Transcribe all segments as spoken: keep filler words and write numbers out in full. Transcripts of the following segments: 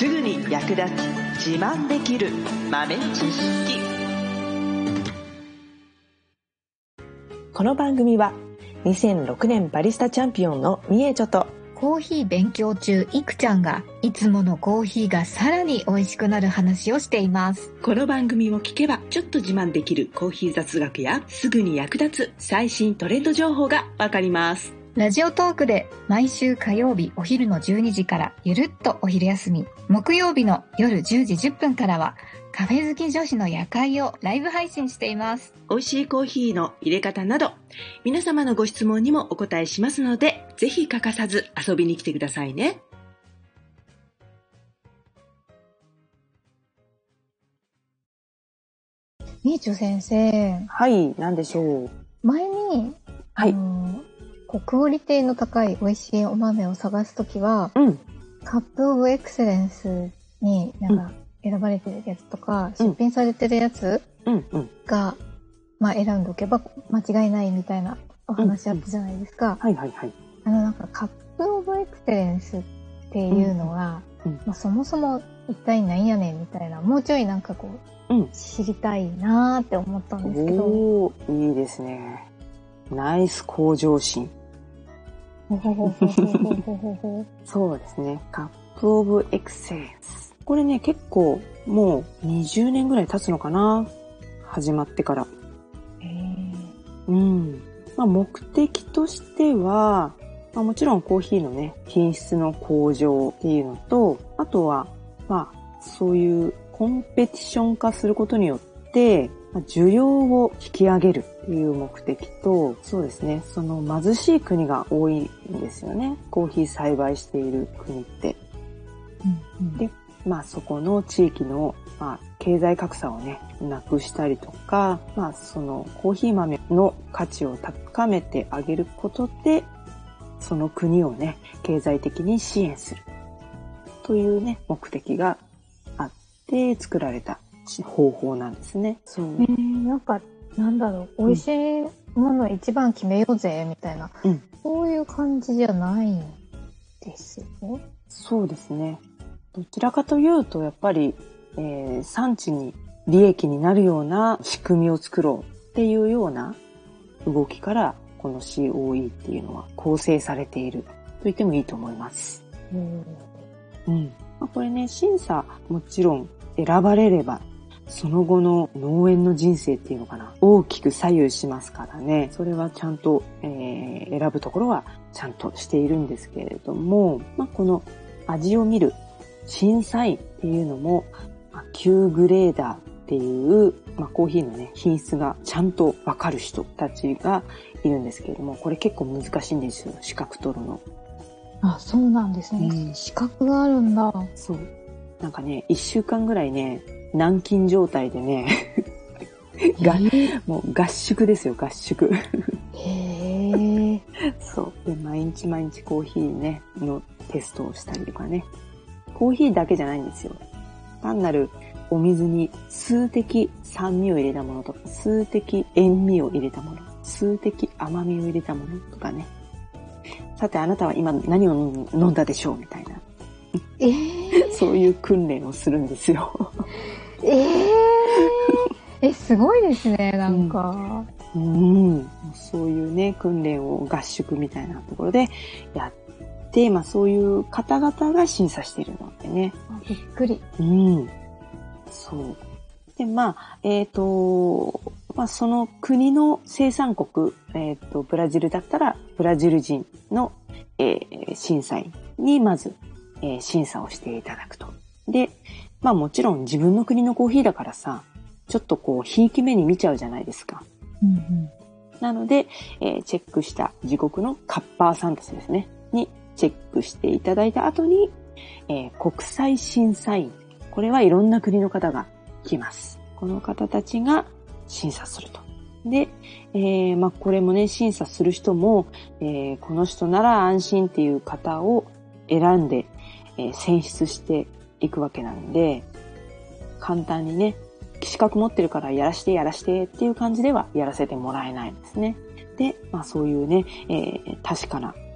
すぐに役立つ自慢できる豆知識。この番組はにせんろくねんバリスタチャンピオンのみえちょとコーヒー勉強中いくちゃんがいつものコーヒーがさらに美味しくなる話をしています。 この番組を聞けばちょっと自慢できるコーヒー雑学やすぐに役立つ最新トレンド情報がわかります。 ラジオトークで毎週火曜日お昼のじゅうにじからゆるっとお昼休み、木曜日の夜じゅうじじゅっぷんからはカフェ好き女子の夜会をライブ配信しています。 美味しいコーヒーの入れ方など皆様のご質問にもお答えしますので、ぜひ欠かさず遊びに来てくださいね。 みえちょ先生、 はい、なんでしょう。 前に、 はい、 あのこうクオリティの高い美味しいお豆を探すときは、 うん、 カップオブエクセレンスになんか選ばれてるやつとか、うん、出品されてるやつが、 うんうん、 まあ選んでおけば間違いないみたいなお話あったじゃないですか。 うんうん、はいはいはい。 あのなんかカップオブエクセレンスっていうのは、うんうん、まあ、そもそも一体何やねんみたいな、もうちょいなんかこう、うん、知りたいなーって思ったんですけど。 おー、いいですね。ナイス向上心。そうですね。カップオブエクセレンス。これね、結構もうにじゅうねんぐらい経つのかな。始まってから。 へー。 うん。まあ目的としては、まあ、もちろんコーヒーのね、品質の向上っていうのと、あとは、まあ、そういうコンペティション化することによって、需要を引き上げるっていう目的と、そうですね、その貧しい国が多いんですよね。コーヒー栽培している国って。うんうん、で、まあそこの地域の、まあ、経済格差をね、なくしたりとか、まあそのコーヒー豆の価値を高めてあげることで、その国をね、経済的に支援するというね、目的があって作られた方法なんですね。そう。 えー、なんか、なんだろう、美味しいもの一番決めようぜ、みたいな、うん。そういう感じじゃないんですよね。 そうですね。どちらかというと、やっぱり、えー、産地に利益になるような仕組みを作ろうっていうような動きから、この シーオーイー っていうのは構成されていると言ってもいいと思います。うん。うん。まあ、これね、審査もちろん選ばれれば、その後の農園の人生っていうのかな、大きく左右しますからね。それはちゃんと、えー、選ぶところはちゃんとしているんですけれども、まあ、この味を見る審査員っていうのも、まあ、キューグレーダーっていう、まあ、コーヒーのね、品質がちゃんとわかる人たちがいるんですけれども、これ結構難しいんですよ、資格取るの。 あ、そうなんですね。うん、資格があるんだ。 そう。なんかね、一週間ぐらいね、軟禁状態でね、が、もう合宿ですよ、合宿。 へー。 そう。で、毎日毎日コーヒーね、のテストをしたりとかね。コーヒーだけじゃないんですよ。単なるお水に数滴酸味を入れたものとか、数滴塩味を入れたもの、数滴甘みを入れたものとかね。さてあなたは今何を飲んだでしょうみたいな。 えー、 そういう訓練をするんですよ。 えー、え、すごいですね、なんか。 うん、うん。そういうね、訓練を合宿みたいなところでやって、まあそういう方々が審査しているのでね。 びっくり。 うん。そう。で、まあ、えっと、まあその国の生産国、えっと、ブラジルだったら、ブラジル人の、えー、審査員にまず、えー、審査をしていただくと。で、まあもちろん自分の国のコーヒーだからさ、ちょっとこう、ひいき目に見ちゃうじゃないですか。うんうん、なので、えー、チェックした自国のカッパーさんたちですね、にチェックしていただいた後に、えー、国際審査員。これはいろんな国の方が来ます。この方たちが審査すると。で、えー、まあこれもね、審査する人も、えー、この人なら安心っていう方を選んで、えー、選出していくわけなんで、簡単にね、資格持ってるからやらしてやらしてっていう感じではやらせてもらえないんですね。で、まあそういうね、えー、確かな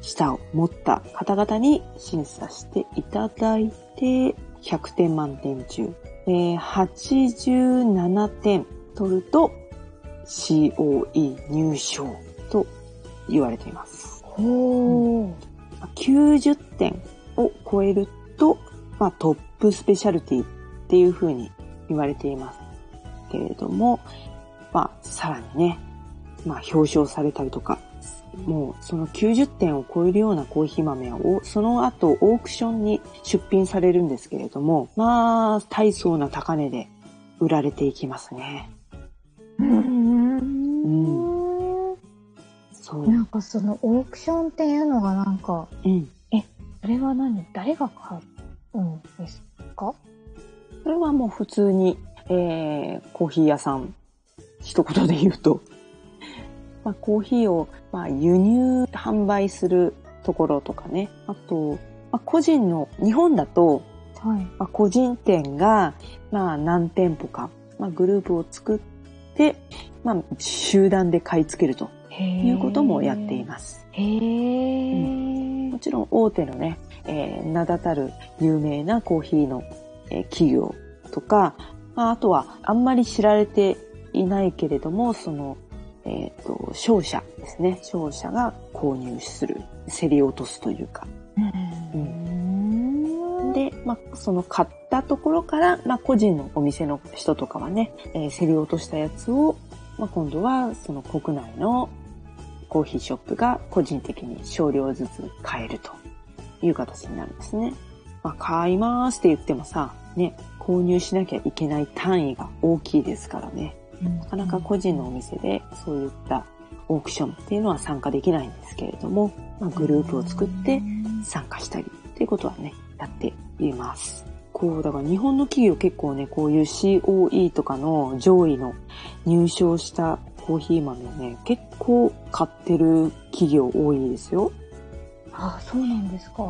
舌を持った方々に審査していただいて、ひゃくてん満点中、えー、はちじゅうななてん取ると シーオーイー 入賞と言われています。 おー。 きゅうじゅってんを超えると、まあ、トップスペシャルティっていう風に言われていますけれども、まあ、さらにね、まあ、表彰されたりとか、もうそのきゅうじゅってんを超えるようなコーヒー豆をその後オークションに出品されるんですけれども、まあ大層な高値で売られていきますね。 うーん。 うん。そう。 なんかそのオークションっていうのがなんか、 うん。 え、それは何？誰が買うんですか？ それはもう普通に、えー、コーヒー屋さん、一言で言うと、まあ、コーヒーを、まあ、輸入販売するところとかね。あと、まあ、個人の、日本だと、 はい。 まあ、個人店が、まあ、何店舗か、まあ、グループを作って、まあ、集団で買い付けるということもやっています。 へー。 うん、もちろん大手のね、えー、名だたる有名なコーヒーの、えー、企業とか、まあ、あとはあんまり知られていないけれども、その、えっと、商社ですね。商社が購入する、競り落とすというか。 うん、 で、まあ、その買ったところから、まあ、個人のお店の人とかはね、えー、競り落としたやつを、まあ、今度はその国内のコーヒーショップが個人的に少量ずつ買えるという形になるんですね。まあ、買いますって言ってもさ、ね、購入しなきゃいけない単位が大きいですからね。なかなか個人のお店でそういったオークションっていうのは参加できないんですけれども、まあ、グループを作って参加したりっていうことはね、やっています。こう、だから日本の企業結構ね、こういう シーオーイー とかの上位の入賞したコーヒー豆をね、結構買ってる企業多いですよ。 あ、そうなんですか。 うん。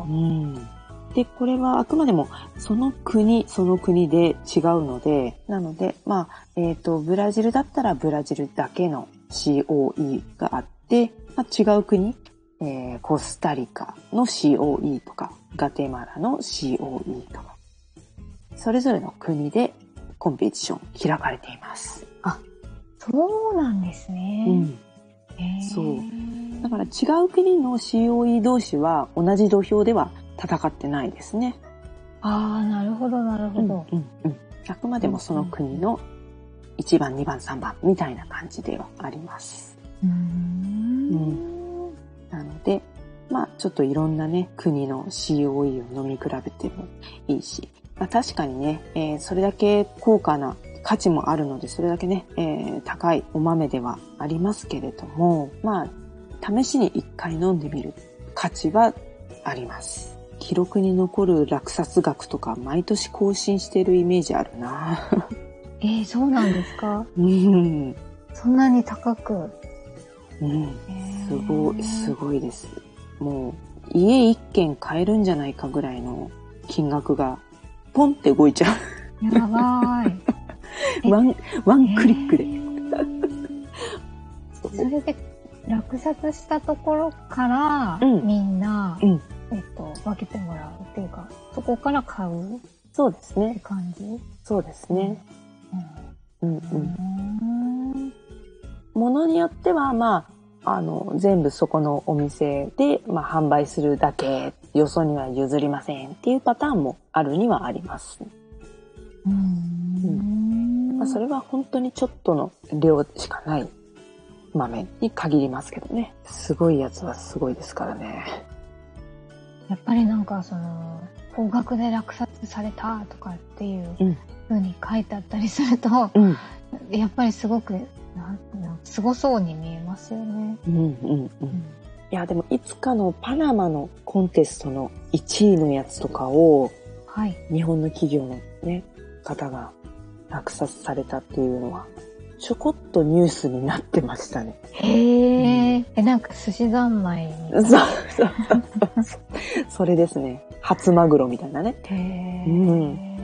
で、これはあくまでもその国、その国で違うので、なので、まあ、えっと、ブラジルだったらブラジルだけの シーオーイー があって、まあ、違う国、えー、コスタリカの シーオーイー とか、ガテマラの シーオーイー とか、それぞれの国でコンペティション開かれています。 あ、そうなんですね。 うん。そう。だから違う国の シーオーイー 同士は同じ土俵では戦ってないですね。 ああ、なるほど、なるほど。 うん、うん、うん。あくまでもその国のいちばん、にばん、さんばんみたいな感じではあります。 うーん。 うん。なので、まあちょっといろんなね、国の シーオーイー を飲み比べてもいいし、まあ確かにね、えー、それだけ高価な価値もあるので、それだけね、えー、高いお豆ではありますけれども、まあ試しに一回飲んでみる価値はあります。記録に残る落札額とか毎年更新してるイメージあるな。 えー、そうなんですか？ うん。 そんなに高く。 うん。すごい、すごいです。もう、家一軒買えるんじゃないかぐらいの金額が、ポンって動いちゃう。 やばい。 ワン、ワンクリックで。 それで、落札したところから、 うん、 みんな、 うん、 えっと、分けてもらうっていうか、そこから買うそうですね。 って感じ？ そうですね。うん、うん、うん。 うん。 ものによっては、まあ、あの、全部そこのお店で、まあ、販売するだけ、よそには譲りませんっていうパターンもあるにはあります。 うん。 まあ、それは本当にちょっとの量しかない豆に限りますけどね。すごいやつはすごいですからね。 やっぱりなんかその、高額で落札されたとかっていう風に書いてあったりすると、うん、やっぱりすごく、なんなんすごそうに見えますよね。 うんうんうん。うん、いや、でもいつかのパナマのコンテストのいちいのやつとかを、はい、日本の企業のね、方が落札されたっていうのは、ちょこっとニュースになってましたね。 へー。うん、え、なんか寿司三昧みたいな。 そうそうそうそう。それですね。初マグロみたいなね。 へー。 うん。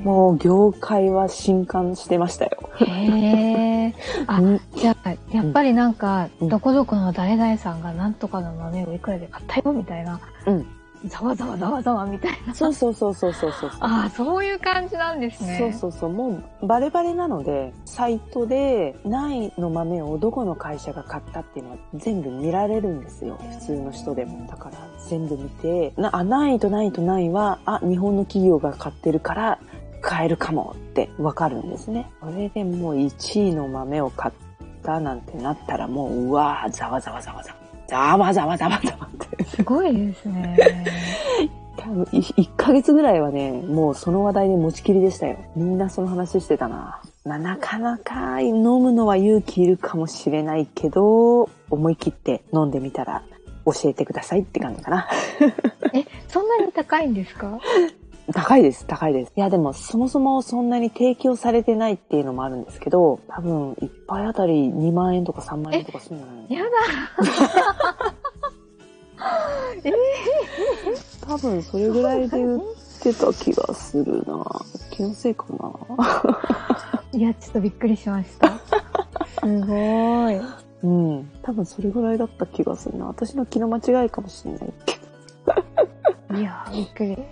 もう業界は震撼してましたよ。 へえ。あ、じゃあやっぱりなんか、うん、どこどこの誰々さんがなんとかの豆をいくらで買ったよみたいな。うん。ざわざわざわざわみたいな。 そうそうそうそうそうそう。 ああ、そういう感じなんですね。 そうそうそう。もうバレバレなので、サイトでないの豆をどこの会社が買ったっていうのは全部見られるんですよ。普通の人でも。だから全部見て、な、あ、ないとないとないは、あ、日本の企業が買ってるから買えるかもってわかるんですね。それでもういちいの豆を買ったなんてなったらもう、うわー、ざわざわざわざわ。ざわざわざわざわって。 すごいですね。 多分いっかげつぐらいはね、もうその話題で持ちきりでしたよ。みんなその話してたな。まあ、なかなか飲むのは勇気いるかもしれないけど、思い切って飲んでみたら教えてくださいって感じかな。 え、そんなに高いんですか？ 高いです、高いです。いや、でもそもそもそんなに提供されてないっていうのもあるんですけど、多分一杯あたりにまんえんとかさんまんえんとかするんじゃないの？ やだ。えー、多分それぐらいで売ってた気がするな。気のせいかな。 いや、ちょっとびっくりしました。すごい。 うん。多分それぐらいだった気がするな。私の気の間違いかもしれないけど。いや、びっくり。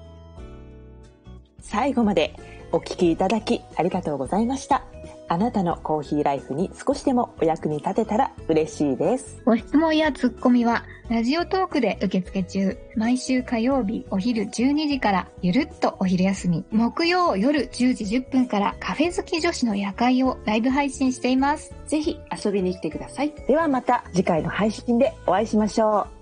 最後までお聞きいただきありがとうございました。あなたのコーヒーライフに少しでもお役に立てたら嬉しいです。 ご質問やツッコミはラジオトークで受付中。毎週火曜日お昼じゅうにじからゆるっとお昼休み。木曜夜じゅうじじゅっぷんからカフェ好き女子の夜会をライブ配信しています。 ぜひ遊びに来てください。 ではまた次回の配信でお会いしましょう。